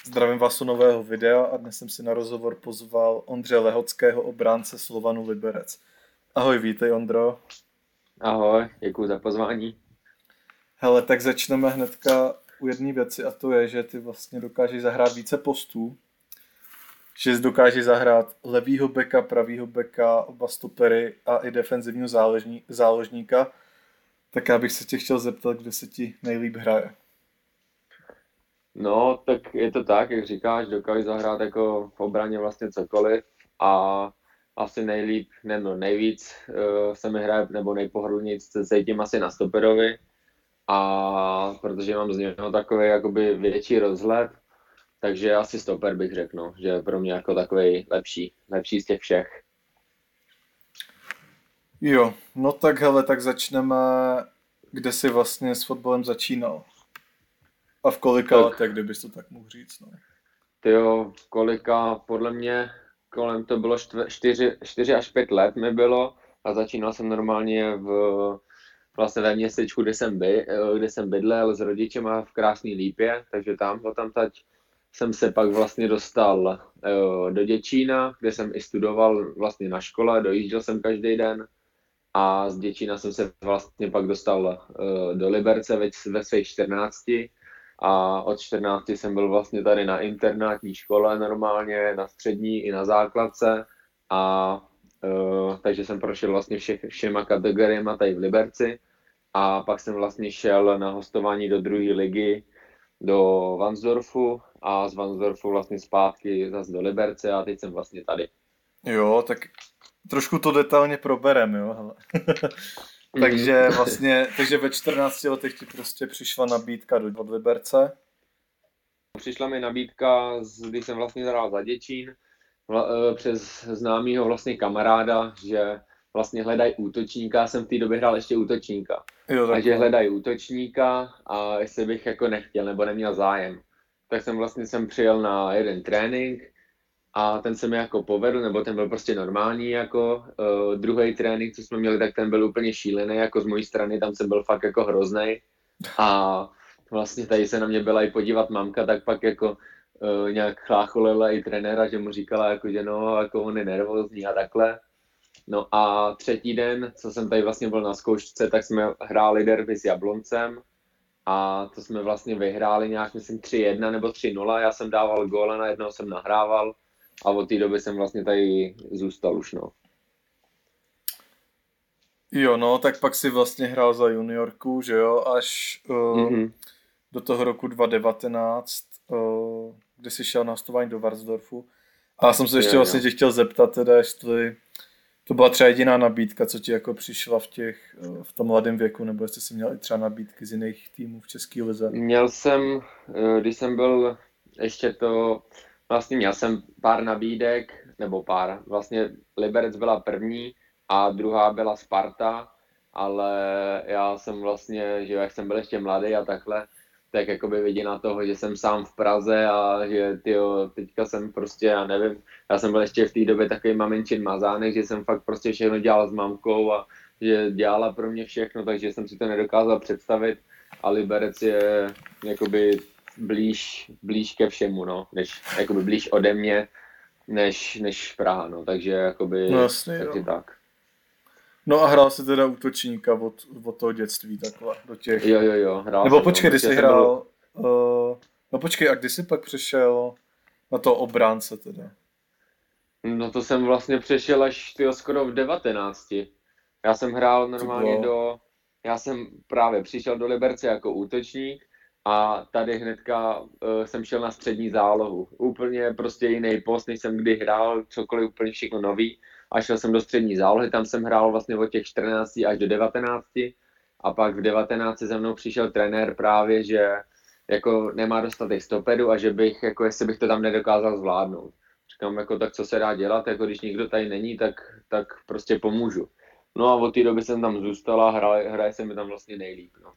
Zdravím vás u nového videa a dnes jsem si na rozhovor pozval Ondře Lehockého, obránce Slovanu Liberec. Ahoj, vítej Ondro. Ahoj, děkuji za pozvání. Hele, tak začneme hnedka u jedné věci a to je, že ty vlastně dokážeš zahrát více postů. Že jsi dokážeš zahrát levýho beka, pravýho beka, oba stopery a i defenzivního záložníka. Tak já bych se tě chtěl zeptat, kde se ti nejlíp hraje. No, tak je to tak, jak říkáš, dokážu zahrát jako v obraně vlastně cokoliv a asi nejlíp, nebo nejvíc se mi hraje, nebo nejpohodlnějc se cítím asi na stoperovi a protože mám z něho takový jakoby větší rozhled, takže asi stoper bych řekl, no, že je pro mě jako takový lepší z těch všech. Jo, no tak hele, tak začneme, kde jsi vlastně s fotbalem začínal. A v kolika Tak letech, kdybys to tak mohl říct, no. tyjo, kolika, podle mě kolem to bylo 4 až 5 let mi bylo a začínal jsem normálně vlastně ve městečku, kde jsem bydlel s rodičema v Krásný Lípě, takže tam tať jsem se pak vlastně dostal do Děčína, kde jsem i studoval vlastně na škole, dojížděl jsem každý den a z Děčína jsem se vlastně pak dostal do Liberce ve svých 14 a od 14 jsem byl vlastně tady na internátní škole normálně, na střední i na základce a takže jsem prošel vlastně všema kategoriemi tady v Liberci a pak jsem vlastně šel na hostování do druhé ligy do Vansdorfu a z Vansdorfu vlastně zpátky zase do Liberce a teď jsem vlastně tady. Jo, tak trošku to detailně proberem, jo, hele. Mhm. Takže ve 14 letech ti prostě přišla nabídka od Liberce. Přišla mi nabídka, když jsem vlastně hrál za Děčín, přes známýho vlastně kamaráda, že vlastně hledají útočníka, já jsem v té době hrál ještě útočníka. Jo, A že takhle. hledají útočníka a jestli bych jako nechtěl nebo neměl zájem. Tak jsem přijel na jeden trénink a ten se mi jako povedl, nebo ten byl prostě normální jako. Druhý trénink, co jsme měli, tak ten byl úplně šílený, jako z mojí strany, tam jsem byl fakt jako hroznej. A vlastně tady se na mě byla i podívat mamka, tak pak jako nějak chlácholila i trenéra, že mu říkala, jako, že no, jako on je nervózní a takhle. No a třetí den, co jsem tady vlastně byl na zkoušce, tak jsme hráli derby s Jabloncem a to jsme vlastně vyhráli nějak, myslím, 3-1 nebo 3-0. Já jsem dával gól a najednou jsem nahrával a od té doby jsem vlastně tady zůstal už, no. Jo, no, tak pak si vlastně hrál za juniorku, že jo, až Mhm. do toho roku 2019, kdy jsi šel na hostování do Varnsdorfu. A já jsem se ještě Jo, vlastně jo. tě chtěl zeptat teda, jestli to byla třeba jediná nabídka, co ti jako přišla v tom mladém věku, nebo jestli jsi měl i třeba nabídky z jiných týmů v České lize. Měl jsem, když jsem byl ještě to, vlastně měl jsem pár nabídek, nebo pár, vlastně Liberec byla první a druhá byla Sparta, ale já jsem vlastně, že jo, jak jsem byl ještě mladý a takhle, tak jakoby viděna toho, že jsem sám v Praze a že tyjo, teďka jsem prostě, já nevím, já jsem byl ještě v té době takový maminčin mazánek, že jsem fakt prostě všechno dělal s mamkou a že dělala pro mě všechno, takže jsem si to nedokázal představit a Liberec je jakoby blíž ke všemu, no, jakoby blíž ode mě, než Praha, no, No jasně, takže jo. tak. No a hrál jsi teda útočníka od toho dětství takhle, do těch... Jo, hrál Nebo jsem, no, počkej, kdy protože jsi jsem byl, hrál... No počkej, a kdy jsi pak přešel na to obránce teda? no to jsem vlastně přešel až tyjo, skoro v 19. Já jsem hrál Ty normálně bylo... já jsem právě přišel do Liberce jako útočník a tady hnedka jsem šel na střední zálohu. Úplně prostě jiný post, než jsem kdy hrál, cokoliv úplně všechno nový. A šel jsem do střední zálohy, tam jsem hrál vlastně od těch 14 až do 19. A pak v 19 za mnou přišel trenér právě, že jako nemá dostatek stoperu a že bych, jako jestli bych to tam nedokázal zvládnout. Říkám, jako tak co se dá dělat, jako když nikdo tady není, tak prostě pomůžu. No a od té doby jsem tam zůstal a hraje se mi tam vlastně nejlíp, no.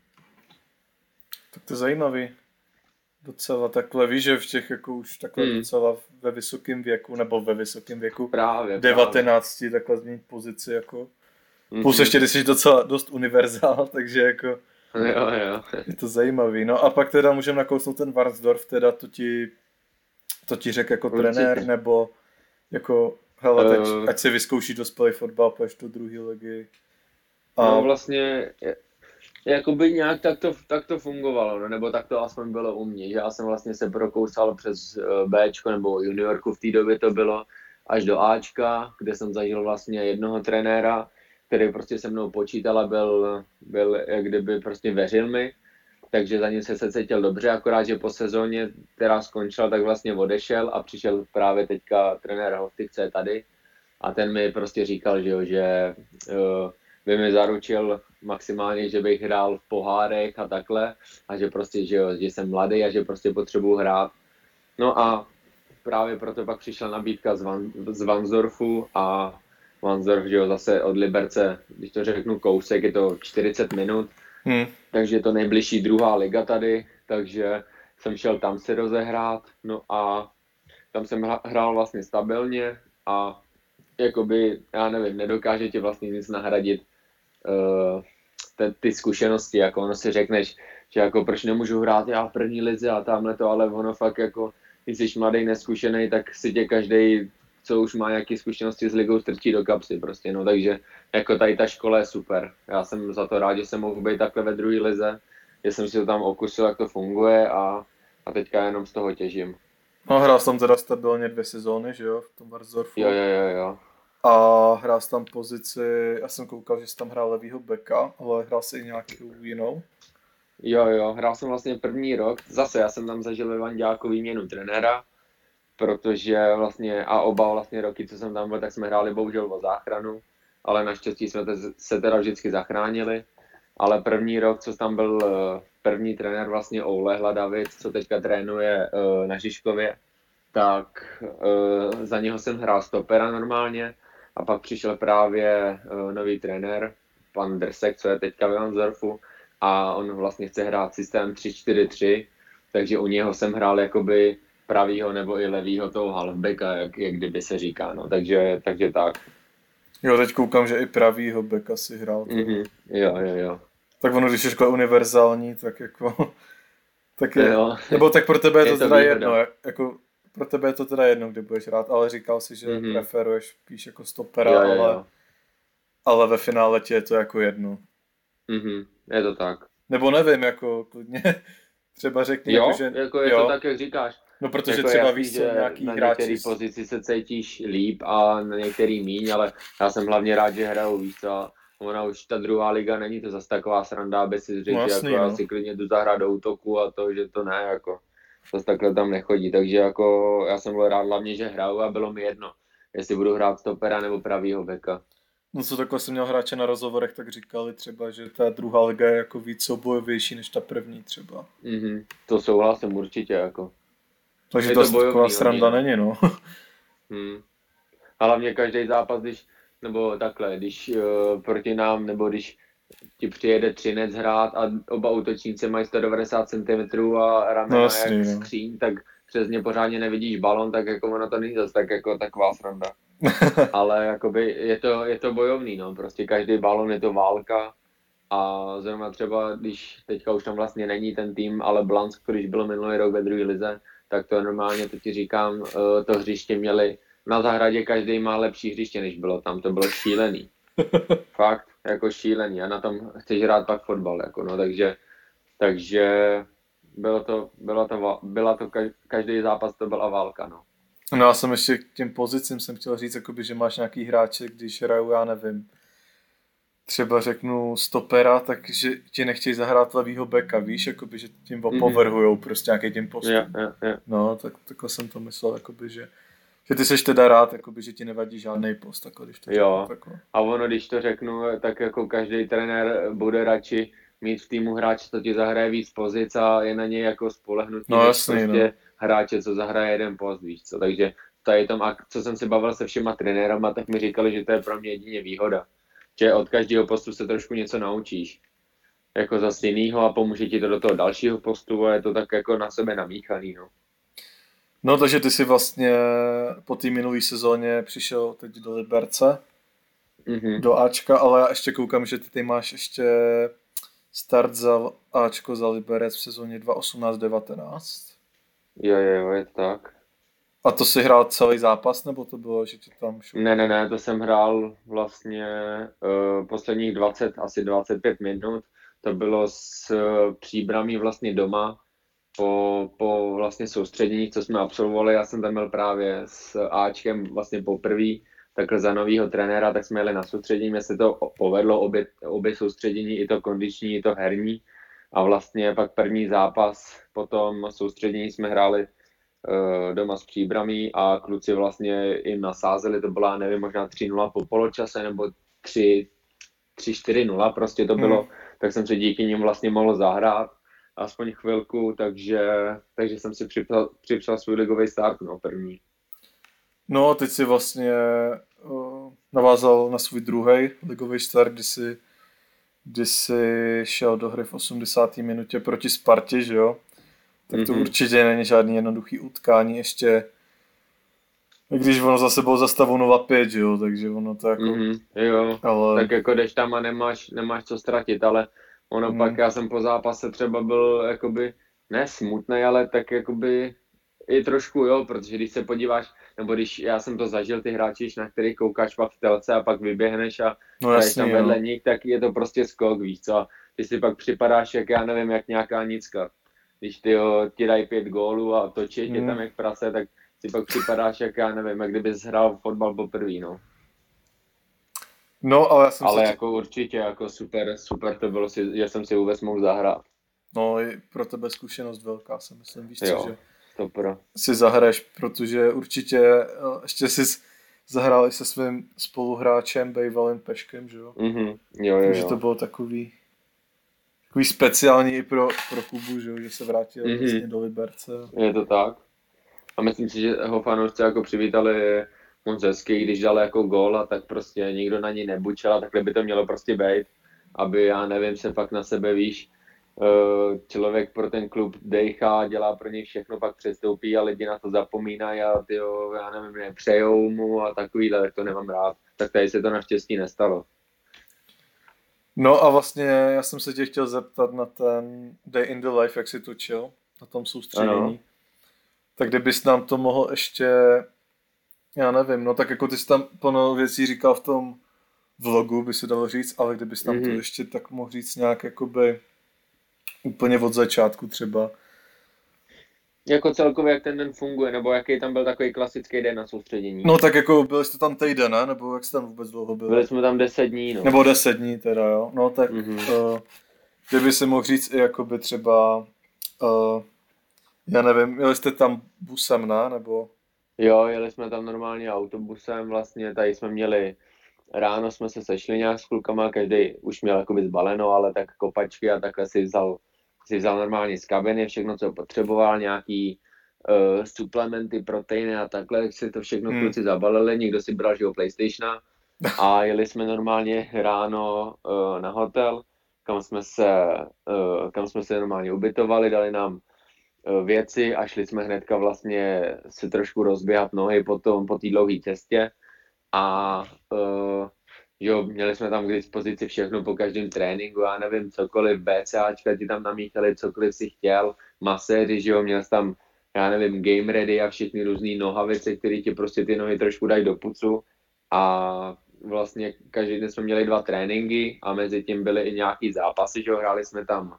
Tak to je zajímavý. Docela takhle, víš, že v těch jako už takhle Hmm, docela ve vysokém věku, nebo ve vysokém věku, právě. 19 takhle změnit pozici jako. Plus Mhm. ještě, když jsi docela dost univerzál, takže jako Jo, jo. je to zajímavý. No a pak teda můžeme nakousnout ten Varnsdorf, teda to ti To ti řekl jako Určitě. trenér, nebo jako, hele, Uh, ať si vyzkoušíš dospělý fotbal, půjdeš do druhé ligy. no vlastně, jakoby nějak tak to fungovalo, no, nebo tak to aspoň bylo u mě, že já jsem vlastně se prokousal přes Bčko nebo juniorku, v té době to bylo, až do Ačka, kde jsem zažil vlastně jednoho trenéra, který prostě se mnou počítal a byl jak kdyby prostě věřil mi, takže za ně se cítil dobře, akorát, že po sezóně, která skončila, tak vlastně odešel a přišel právě teďka trenér Hoftik, co je tady, a ten mi prostě říkal, že jo, že by mi zaručil maximálně, že bych hrál v pohárech a takhle a že prostě, že jo, že jsem mladý a že prostě potřebuji hrát. No a právě proto pak přišla nabídka z Vansdorfu a Vansdorf, že jo, zase od Liberce, když to řeknu kousek, je to 40 minut, takže je to nejbližší druhá liga tady, takže jsem šel tam si rozehrát, no a tam jsem hrál vlastně stabilně a jakoby, já nevím, nedokáže ti vlastně nic nahradit ty zkušenosti, jako ono si řekneš, že jako proč nemůžu hrát já v první lize a tamhle to, ale ono fakt jako, když jsi mladý, neskušený, tak si tě každej, co už má nějaké zkušenosti s ligou, strčí do kapsy prostě, no takže jako tady ta škola je super. Já jsem za to rád, že jsem mohl být takhle ve druhé lize, že jsem si to tam okusil, jak to funguje a teďka jenom z toho těžím. No, hrál jsem teda stabilně 2 sezóny, že jo, v tom Varnsdorfu. Jo. A hrál jsem tam pozici, já jsem koukal, že jsi tam hrál levýho beka, ale hrál jsi i nějakou jinou? Jo, hrál jsem vlastně první rok, zase já jsem tam zažil ve Vanďáku výměnu trenéra, protože vlastně a oba vlastně roky, co jsem tam byl, tak jsme hráli bohužel o záchranu, ale naštěstí jsme se teda vždycky zachránili, ale první rok, co tam byl první trenér vlastně Oulehla David, co teďka trénuje na Žižkově, tak za něho jsem hrál stopera normálně a pak přišel právě nový trenér, pan Drsek, co je teďka ve Vansdorfu, a on vlastně chce hrát systém 3-4-3, takže u něho jsem hrál jakoby pravýho nebo i levýho toho halfbacka, jak kdyby se říká, no, takže tak. Jo, teď koukám, že i pravýho beka si hrál. Jo. Tak ono, když je škola univerzální, tak jako, tak je, jo. nebo tak pro tebe je to teda výhoda. jedno, jako pro tebe je to teda jedno, kdy budeš hrát, ale říkal si, že preferuješ spíš jako stopera, jo. Ale ve finále ti je to jako jedno. Je to tak. Nebo nevím, jako klidně třeba řekni, jo, že jako je to tak, jak říkáš. No, protože jako třeba jasný, víš, co nějaký na hráči... některý pozici se cítíš líp a na některý míň, ale já jsem hlavně rád, že hraju, víš co, ona už ta druhá liga není to zase taková sranda, aby si řekl, že jako já si klidně jdu zahrát do útoku a to, že to ne, jako zase takhle tam nechodí, takže jako já jsem byl rád hlavně, že hraju a bylo mi jedno, jestli budu hrát stopera nebo pravýho beka. No co takhle jsem měl hráče na rozhovorech, tak říkali třeba, že ta druhá liga je jako víc soubojovější než ta první třeba. To souhlasím určitě, jako. Takže to taková sranda není, no. A hlavně každý zápas, když proti nám, nebo když ti přijede Třinec hrát a oba útočníci mají 190 cm a ramena jak skříň, tak přes ně pořádně nevidíš balon, tak jako ono to není zase tak jako taková sranda. Ale jakoby je to bojovný, no, prostě každý balon je to válka a zrovna třeba, když teďka už tam vlastně není ten tým, ale Blansk, když byl minulý rok ve druhé lize, tak to normálně, to ti říkám, to hřiště měli, na zahradě každý má lepší hřiště, než bylo tam, to bylo šílený. Fakt, jako šílený a na tom chceš hrát pak fotbal, jako no, takže byla to každý zápas to byla válka, no. No já jsem ještě k těm pozicím jsem chtěl říct, jakoby, že máš nějaký hráče, když hrajou, já nevím, třeba řeknu stopera, takže ti nechtějí zahrát levýho beka, víš, jakoby, že tím opovrhujou prostě nějaký tím postupem. Yeah. No, takhle jsem to myslel, jakoby, že ty seš teda rád, jakoby, že ti nevadí žádný post, jako když to jo, takhle. A ono, když to řeknu, tak jako každý trenér bude radši mít v týmu hráče, co ti zahraje víc pozic a je na něj jako spolehnutí, no, jasný, prostě no. Hráče, co zahraje jeden post, víš co, takže tady tom, a co jsem si bavil se všema trenérama, tak mi říkali, že to je pro mě jedině výhoda, že od každého postu se trošku něco naučíš, jako za stejnýho a pomůže ti to do toho dalšího postu a je to tak jako na sebe namíchaný, no. No, takže ty si vlastně po té minulé sezóně přišel teď do Liberce, do Ačka, ale já ještě koukám, že ty máš ještě start za Ačko za Liberec v sezóně 2018-19. Jo, je to tak. A to si hrál celý zápas, nebo to bylo, že ti tam šlo? Ne, to jsem hrál vlastně posledních 20, asi 25 minut. To bylo s Příbramí vlastně doma po vlastně soustředění, co jsme absolvovali. Já jsem tam byl právě s Ačkem vlastně poprvé, takhle za novýho trenéra, tak jsme jeli na soustředění. Mně se to povedlo, obě soustředění, i to kondiční, i to herní. A vlastně pak první zápas, potom soustředění jsme hráli doma s Příbramí a kluci vlastně jim nasázeli, to byla, nevím, možná 3-0 po poločase nebo 3-4-0, prostě to bylo, tak jsem se díky nim vlastně mohl zahrát aspoň chvilku, takže jsem si připsal svůj ligový start, no, první. No a teď si vlastně navázal na svůj druhý ligový start, kdy jsi šel do hry v 80. minutě proti Spartě, že jo? Tak to určitě není žádný jednoduchý utkání, ještě když ono zase bylo za stavu 0-5, že jo, takže ono to jako... Jo, ale... tak jako jdeš tam a nemáš co ztratit, ale ono pak, já jsem po zápase třeba byl jakoby, ne smutnej, ale tak jakoby i trošku, jo, protože když se podíváš, nebo když já jsem to zažil, ty hráči, na který koukáš pak v telce a pak vyběhneš a hraješ tam vedle nich, tak je to prostě skok, víš co, ty si pak připadáš, jak já nevím, jak nějaká nicka. Když ti dají 5 gólů a točí tě tam jak prase, tak si pak připadáš, jak já nevím, jak kdybys hrál fotbal poprvé, no. No, ale jako určitě, jako super to bylo, že jsem si vůbec mohl zahrát. No, i pro tebe zkušenost velká, si myslím, víš jo, co, že to si zahraješ, protože určitě ještě jsi zahrál i se svým spoluhráčem Bejvalem Peškem, že jo? Jo. Takže to bylo takový speciální i pro Kubu, že jo, že se vrátil vlastně do Liberce. Je to tak. A myslím si, že ho fanoušci jako přivítali moc hezky, když dal jako gól a tak prostě nikdo na něj nebučel a takhle by to mělo prostě být, aby, já nevím, se fakt na sebe, víš, člověk pro ten klub dejchá, dělá pro něj všechno, pak přestoupí a lidi na to zapomínají a tyjo, já nevím, nepřejou mu a takovýhle, tak to nemám rád. Tak tady se to naštěstí nestalo. No a vlastně já jsem se tě chtěl zeptat na ten Day in the Life, jak jsi točil, na tom soustředění. Ano. Tak kdybys nám to mohl ještě, já nevím, no tak jako ty jsi tam plno věcí říkal v tom vlogu, by se dalo říct, ale kdybys nám to ještě tak mohl říct nějak jakoby úplně od začátku třeba. Jako celkově, jak ten den funguje, nebo jaký tam byl takový klasický den na soustředění? No tak jako byli jste tam týden, ne? Nebo jak jste tam vůbec dlouho byli? Byli jsme tam 10 dní, no. Nebo 10 dní teda, jo. No tak kdyby si mohl říct i jakoby třeba, já nevím, jeli jste tam busem, ne? Nebo... Jo, jeli jsme tam normálně autobusem, vlastně tady jsme měli, ráno jsme se sešli nějak s klukama, každý už měl jakoby zbaleno, ale tak kopačky a takhle si vzal normálně z kabiny všechno, co potřeboval, nějaký suplementy, proteiny a takhle, si to všechno kluci zabalili, někdo si bral, že jo, PlayStationa a jeli jsme normálně ráno na hotel, kam jsme se normálně ubytovali, dali nám věci a šli jsme hnedka vlastně si trošku rozběhat nohy po té dlouhé cestě a jo, měli jsme tam k dispozici všechno po každém tréninku, já nevím, cokoliv, BCAčka ti tam namíchali, cokoliv si chtěl, maséři, že jo, měl jsi tam, já nevím, game ready a všechny různý nohavice, které ti prostě ty nohy trošku dají do pucu a vlastně každý den jsme měli 2 tréninky a mezi tím byly i nějaký zápasy, že jo, hráli jsme tam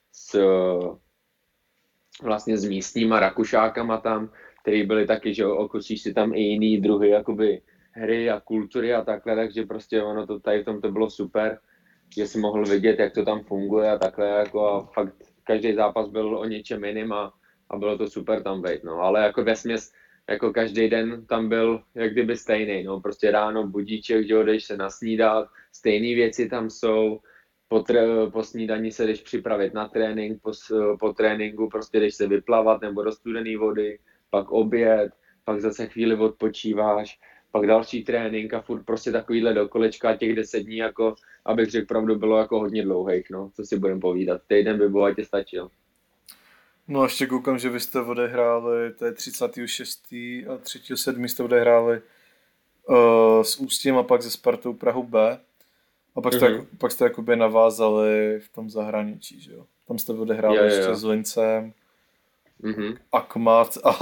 vlastně s místníma Rakušákama tam, který byli taky, že jo, okusíš si tam i jiný druhy jakoby hry a kultury a takhle, takže prostě ono to tady v tom to bylo super, že si mohl vidět, jak to tam funguje a takhle, jako a fakt každý zápas byl o něčem jiným a bylo to super tam být, no, ale jako vesměs, jako každý den tam byl jak kdyby stejný, no, prostě ráno budíček, že jo, jdeš se nasnídat, stejné věci tam jsou, po snídani se jdeš připravit na trénink, po tréninku prostě jdeš se vyplavat nebo do studené vody, pak oběd, pak zase chvíli odpočíváš, pak další trénink a furt prostě takovýhle do kolečka těch 10 dní, jako, abych řekl pravdu, bylo jako hodně dlouhých, no, co si budem povídat. Týden by bohatě stačil. No a ještě koukám, že vy jste odehráli, to je 36. a 3.7. jste odehráli s Ústím a pak se Spartou Prahu B. A pak jste jakoby navázali v tom zahraničí, že jo? Tam jste odehráli ještě s Lincem, Akmat a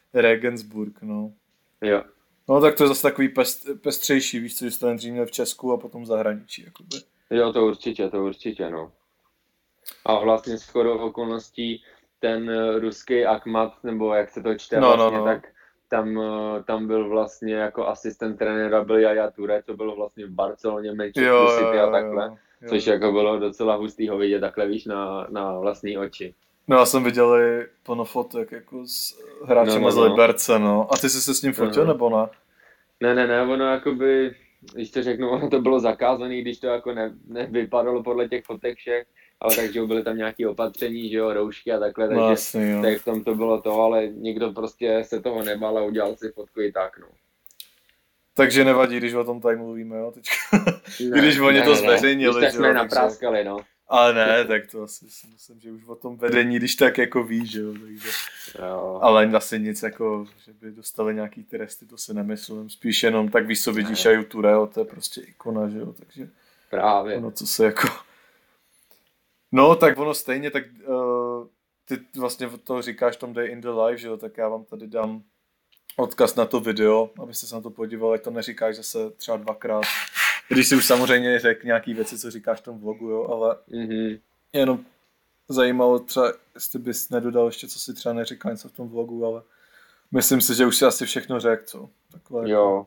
Regensburg, no. Jo. No tak to je zase takový pestřejší, víš co, že jsi to nejdřív měl v Česku a potom v zahraničí, jakoby. Jo, to určitě, no. A vlastně shodou okolností ten ruský Akhmat, nebo jak se to čte vlastně, tak tam byl vlastně jako asistent trenéra byl Yaya Toure, to bylo vlastně v Barceloně, Manchesteru City a takhle, což jako bylo docela hustý ho vidět takhle, víš, na vlastní oči. No já jsem viděl i plno fotek jako s hráčem z Liberce, no. A ty jsi se s ním fotil, nebo ne? Ne, ono jakoby, když to řeknu, ono to bylo zakázané, když to jako nevypadalo podle těch fotek všech, ale takže byly tam nějaké opatření, že jo, roušky a takhle, takže vlastně, tak v tom to bylo to, ale někdo prostě se toho nebál a udělal si fotku i tak, no. Takže nevadí, když o tom tady mluvíme, jo, teďka. Když oni to zveřejnili, tak jsme napráskali, no. Ale ne, tak to asi si myslím, že už o tom vedení, když tak jako ví, že jo, takže. Jo. Ale asi nic jako, že by dostali nějaký tresty, to si nemyslím, spíš jenom tak víš, co vidíš a YouTube, jo, to je prostě ikona, že jo, takže. Právě. Ono, co se jako. No, tak ono stejně, tak ty vlastně to říkáš v tom Day in the Life, že jo, tak já vám tady dám odkaz na to video, abyste se na to podívali, ať to neříkáš zase třeba dvakrát. Když si už samozřejmě řekl nějaký věci, co říkáš v tom vlogu, jo, ale jenom zajímalo třeba, jestli bys nedodal ještě, co si třeba neříkal něco v tom vlogu, ale myslím si, že už si asi všechno řekl, co? Takhle. Jo.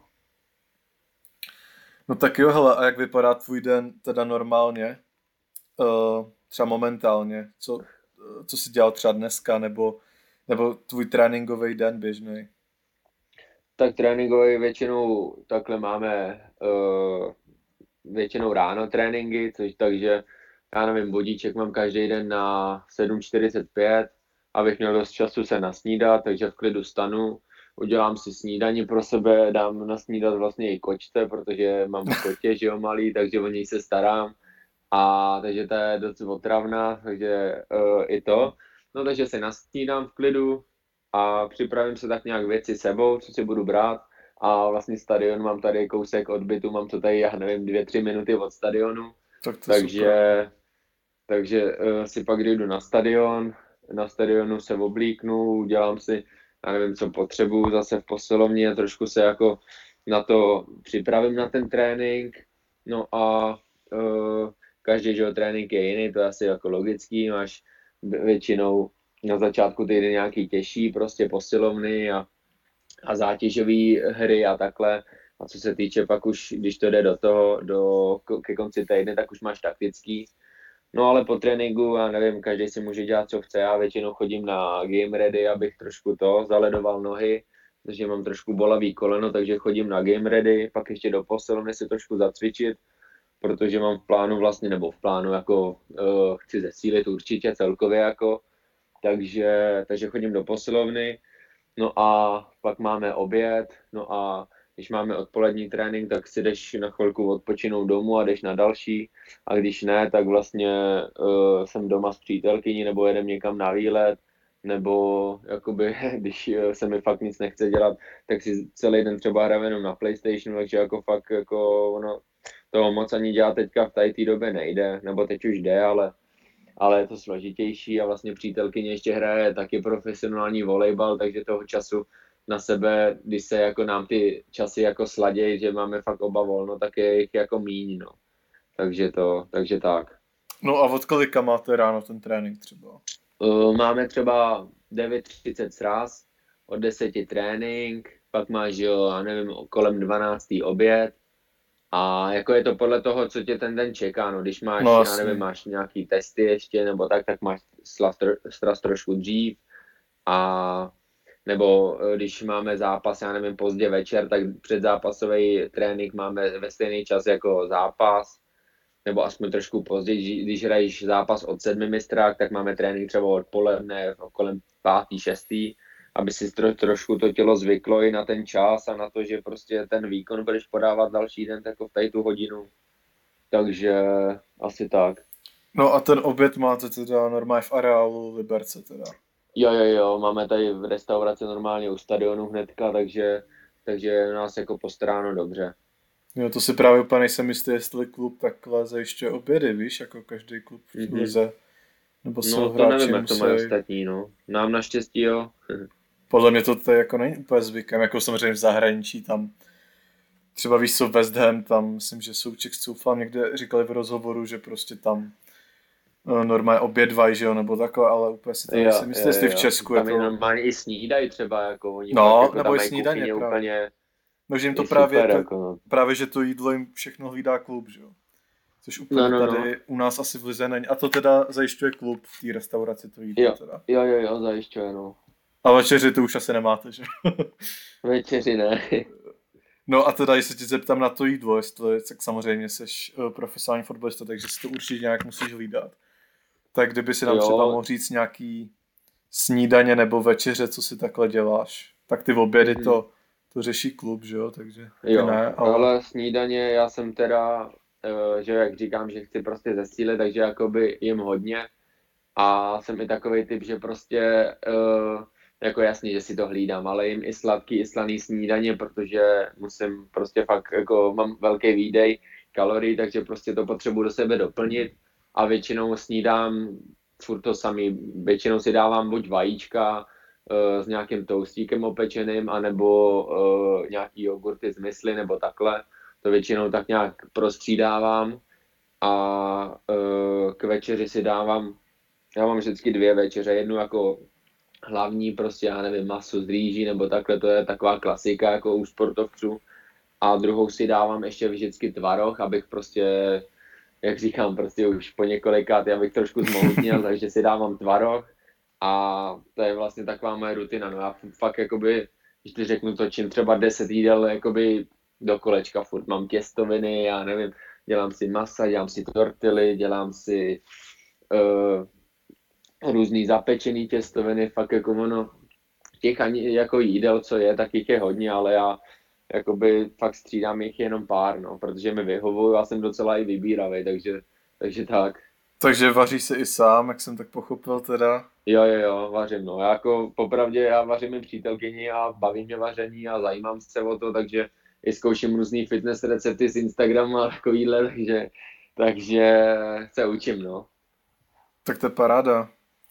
No tak jo, hele, a jak vypadá tvůj den teda normálně? Třeba momentálně, co jsi dělal třeba dneska, nebo tvůj tréninkový den běžný? Tak tréninkový většinou takhle máme většinou ráno tréninky, takže já nevím, budíček mám každý den na 7:45, abych měl dost času se nasnídat, takže v klidu stanu, udělám si snídani pro sebe, dám nasnídat vlastně i kočce, protože mám kotě, že jo, malý, takže o něj se starám. A takže to je docela otravná, takže i to. No takže se nasnídám v klidu a připravím se tak nějak věci sebou, co si budu brát. A vlastně stadion mám tady kousek od bytu, mám to tady, já nevím, 2-3 minuty od stadionu. Takže si pak jdu na stadion, na stadionu se oblíknu, udělám si, já nevím, co potřebuju zase v posilovně, trošku se jako na to připravím na ten trénink. No a každý trénink je jiný, to je asi jako logický, máš většinou na začátku týdne nějaký těžší prostě posilovny a zátěžové hry a takhle. A co se týče pak už, když to jde ke konci týdne, tak už máš taktický. No ale po tréninku, já nevím, každý si může dělat, co chce. Já většinou chodím na game ready, abych trošku zaledoval nohy, protože mám trošku bolavý koleno, takže chodím na game ready, pak ještě do posilovny si trošku zacvičit, protože mám v plánu jako chci zesílit určitě celkově jako, takže chodím do posilovny, no a pak máme oběd, no a když máme odpolední trénink, tak si jdeš na chvilku odpočinout domů a jdeš na další, a když ne, tak vlastně jsem doma s přítelkyní nebo jedem někam na výlet, nebo jakoby, když se mi fakt nic nechce dělat, tak si celý den třeba hraju jenom na PlayStationu, takže jako fakt jako ono toho moc ani dělat teďka v té době nejde, nebo teď už jde, ale je to složitější a vlastně přítelkyně ještě hraje taky profesionální volejbal, takže toho času na sebe, když se jako nám ty časy jako sladějí, že máme fakt oba volno, tak je jich jako míň, no. Takže tak. No a od kolika máte ráno ten trénink třeba? Máme třeba 9:30 sraz, od 10 trénink, pak máš, já nevím, kolem 12 oběd. A jako je to podle toho, co tě ten den čeká, no, když máš, já nevím, máš nějaký testy ještě, nebo tak máš sraz trošku dřív, a nebo když máme zápas, já nevím, pozdě večer, tak předzápasový trénink máme ve stejný čas jako zápas, nebo aspoň trošku později, když hraješ zápas od 7 mistrák, tak máme trénink třeba odpoledne, kolem 5., 6., aby si trošku to tělo zvyklo i na ten čas a na to, že prostě ten výkon budeš podávat další den jako v tady tu hodinu. Takže asi tak. No a ten oběd máte teda normálně v areálu Liberce teda? Jo, máme tady v restauraci normálně u stadionu hnedka, takže nás jako postaráno dobře. Jo, to si právě úplně nejsem jistý, jestli klub takhle zajišťuje obědy, víš, jako každý klub v lize. Nebo no to nevím, jak to mají ostatní, no. Nám naštěstí, jo. Podle mě to tady jako není úplně zvykem, jako samozřejmě v zahraničí tam třeba víš co, West Ham, tam myslím, že Souček s Coufal někde říkali v rozhovoru, že prostě tam normálně obědvají, že jo, nebo takhle, ale úplně si to Jo, nejsem jistý, jo, jestli v jo. Česku je Tam je to, normálně i snídají třeba, jako oni fakt no, jako nebo tam i mají snídaně kuchyně právě. úplně No, že jim to i právě, super, jako no. právě, že to jídlo jim všechno hlídá klub, že jo. Což No, úplně no, no. tady u nás asi v Lize není. A to teda zajišťuje klub v té restauraci to jídlo Jo, teda. jo, zajišťuje, no. A večeři to už asi nemáte, že? Večeři ne. No a teda, když se tě zeptám na to jídlo, jestli, tak samozřejmě jsi profesionální fotbalista, takže si to určitě nějak musíš hlídat. Tak kdyby si nám třeba Jo, mohl říct nějaký snídaně nebo večeře, co si takhle děláš, tak ty obědy mhm. to řeší klub, že jo, takže ty Jo, ne, ale ale snídaně já jsem teda, že jak říkám, že chci prostě zesílit, takže jakoby jim hodně a jsem i takový typ, že prostě jako jasně, že si to hlídám, ale jim i sladký, i slaný snídaně, protože musím prostě fakt, jako mám velký výdej kalorií, takže prostě to potřebuji do sebe doplnit a většinou snídám furt to samý, většinou si dávám buď vajíčka, s nějakým toustíkem opečeným, anebo nějaký jogurty z mysli, nebo takhle. To většinou tak nějak prostřídávám a k večeři si dávám, já mám vždycky dvě večeře, jednu jako hlavní, prostě já nevím, maso z rýží nebo takhle, to je taková klasika jako u sportovců. A druhou si dávám ještě vždycky tvaroh, abych prostě, jak říkám, prostě už po několikátý, abych trošku zmohutněl, takže si dávám tvaroh a to je vlastně taková moje rutina. No já fakt jakoby, když ti řeknu, točím třeba 10 jídel jakoby do kolečka, furt mám těstoviny, já nevím, dělám si masa, dělám si tortily, dělám si různý zapečený těstoviny, fakt jako ono, těch ani jako jídel, co je, tak jich je hodně, ale já jakoby fakt střídám jich jenom pár, no, protože mi vyhovují, já jsem docela i vybíravý, takže tak. takže vaříš se i sám, jak jsem tak pochopil teda. Jo, vařím, no. Já jako popravdě, já vařím i přítelkyni a baví mě vaření a zajímám se o to, takže i zkouším různý fitness recepty z Instagramu a takovýhle, takže se učím, no. Tak to je paráda.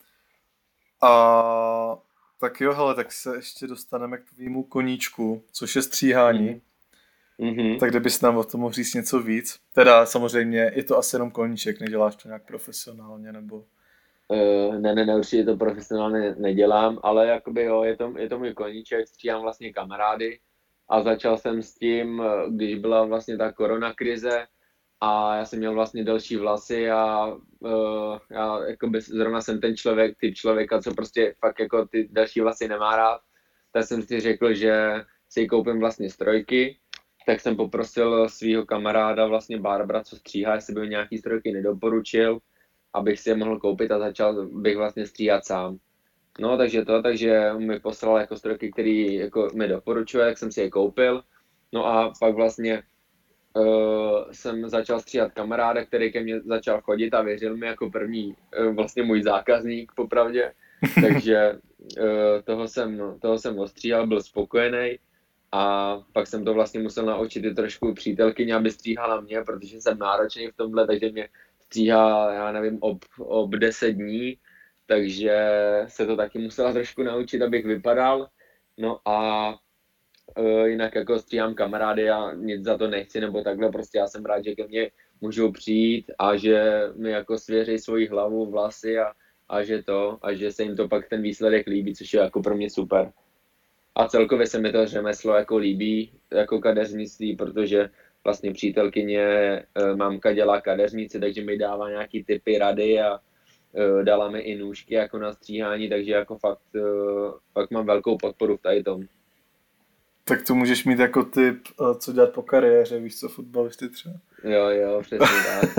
A tak jo, hele, tak se ještě dostaneme k tvýmu koníčku, což je stříhání. Mhm. Mhm. Tak kdybys nám o tom mohl říct něco víc. Teda samozřejmě je to asi jenom koníček, neděláš to nějak profesionálně, nebo... Ne, určitě to profesionálně nedělám, ale jakoby jo, je to můj koníček, stříhám vlastně kamarády a začal jsem s tím, když byla vlastně ta korona krize a já jsem měl vlastně delší vlasy a já jakoby zrovna jsem ten člověk, typ člověka, co prostě fakt jako ty delší vlasy nemá rád, tak jsem si řekl, že si koupím vlastně strojky, tak jsem poprosil svého kamaráda vlastně barbara, co stříhá, jestli by mi nějaký strojky nedoporučil, abych si je mohl koupit a začal bych vlastně stříhat sám. No, takže mi poslal jako strojky, který jako mi doporučuje, jak jsem si je koupil. No a pak vlastně jsem začal stříhat kamaráda, který ke mně začal chodit a věřil mi jako první vlastně můj zákazník popravdě. Takže toho jsem ostříhal, byl spokojený. A pak jsem to vlastně musel naučit i trošku přítelkyně, aby stříhala mě, protože jsem náročný v tomhle, takže mě stříhá, já nevím, ob 10 dní, takže se to taky musela trošku naučit, abych vypadal. No a jinak jako stříhám kamarády a nic za to nechci, nebo takhle, prostě já jsem rád, že ke mně můžou přijít a že mi jako svěří svoji hlavu, vlasy a že se jim to pak ten výsledek líbí, což je jako pro mě super. A celkově se mi to řemeslo jako líbí, jako kadeřnictví, protože vlastně přítelkyně mamka dělá kadeřnici, takže mi dává nějaký tipy, rady a dala mi i nůžky jako na stříhání, takže jako fakt mám velkou podporu v tady tom. Tak to můžeš mít jako tip, co dělat po kariéře, víš co, fotbalisty třeba. Jo, přesně tak.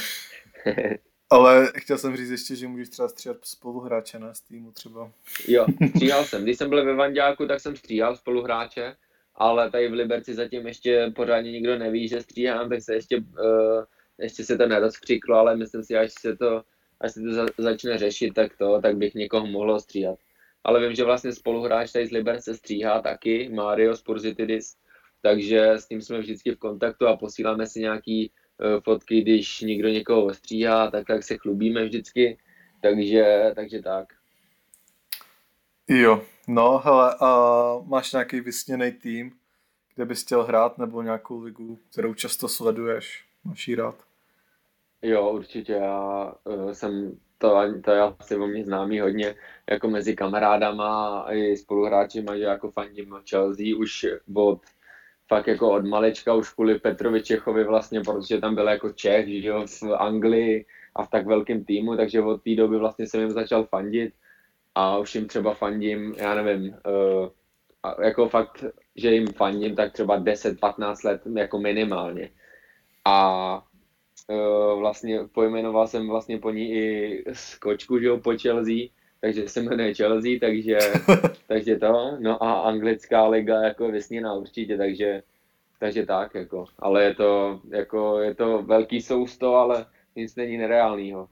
Ale chtěl jsem říct ještě, že můžeš třeba stříhat spoluhráče na z týmu třeba. Jo, stříhal jsem. Když jsem byl ve Vanďáku, tak jsem stříhal spoluhráče, ale tady v Liberci zatím ještě pořádně nikdo neví, že stříhám, tak se ještě se to nerozkřiklo, ale myslím si, až se to začne řešit, tak bych někoho mohl stříhat. Ale vím, že vlastně spoluhráč tady z Liberce stříhá taky, Mario Spurzitidis, takže s tím jsme vždycky v kontaktu a posíláme si nějaký fotky, když někdo někoho ostříhá, tak se chlubíme vždycky, takže tak. Jo, No, hele, a máš nějaký vysněný tým, kde bys chtěl hrát, nebo nějakou ligu, kterou často sleduješ? Máš jí rád? Jo, určitě, já jsem to je asi o mě známý hodně, jako mezi kamarádama a i spoluhráčima, že jako fandím Chelsea už fakt jako od malečka, už kvůli Petrovi Čechovi vlastně, protože tam byl jako Čech, že jo, v Anglii a v tak velkém týmu, takže od té doby vlastně jsem jim začal fandit a už jim třeba fandím, já nevím, a jako fakt, že jim fandím tak třeba 10-15 let jako minimálně. A vlastně pojmenoval jsem vlastně po ní i z kočku, že jo, po Chelsea, takže se jmenuje Chelsea, takže to, no a anglická liga jako vysněná určitě, takže tak, jako, ale je to velký sousto, ale nic není nereálného.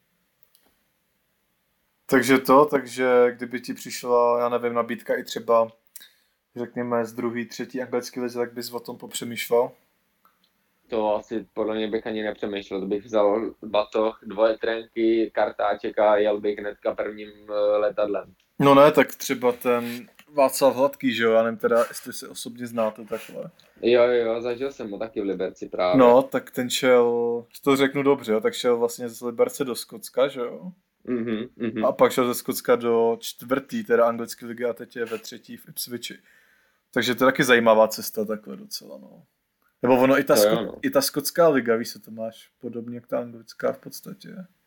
Takže kdyby ti přišla, já nevím, nabídka i třeba, řekněme, z druhý, třetí anglický lize, tak bys o tom popřemýšlel? To asi podle mě bych ani nepřemýšlel, to bych vzal batoh, dvoje trenky, kartáček a jel bych hnedka prvním letadlem. No ne, tak třeba ten Václav Hladký, že jo, já nevím teda, jestli si osobně znáte takhle. Jo, jo, zažil jsem ho taky v Liberci právě. No, tak ten šel, to řeknu dobře, jo, tak šel vlastně z Liberce do Skotska, že jo? Mhm, A mhm. pak šel ze Skotska do čtvrtý, teda anglické ligy a teď je ve třetí v Ipswichi. Takže to je taky zajímavá cesta takhle docela, no. Nebo ono To jo, no. i ta skotská liga, víš, co to máš podobně jak ta anglická v podstatě.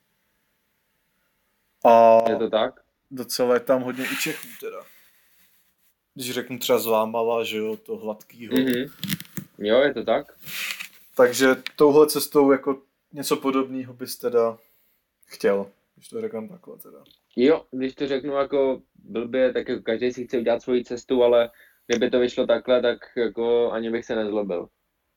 A Je to tak? docela je tam hodně i Čechů teda. Když řeknu třeba Zlámala, že jo, to Hladkýho. Mhm. Jo, je to tak? Takže touhle cestou jako něco podobného bys teda chtěl, když to řeknu takhle teda. Jo, když to řeknu jako blbě, tak jako každý si chce udělat svoji cestu, ale kdyby to vyšlo takhle, tak jako ani bych se nezlobil.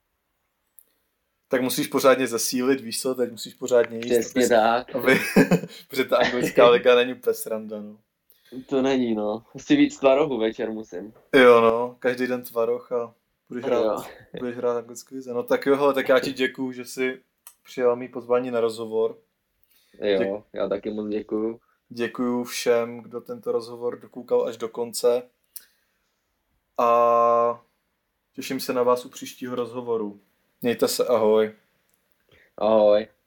Tak musíš pořádně zesílit, víš co, teď musíš pořádně jíst, Přesně tak. protože ta anglická liga není úplně sranda, no. To není, no. Asi víc tvarohu večer musím. Jo, no, každý den tvaroh a Jo, budeš hrát anglický lize. No tak jo, hele, tak já ti děkuju, že jsi přijal mý pozvání na rozhovor. jo, já taky moc děkuju. Děkuju všem, kdo tento rozhovor dokoukal až do konce a těším se na vás u příštího rozhovoru. Mějte se, ahoj. Ahoj.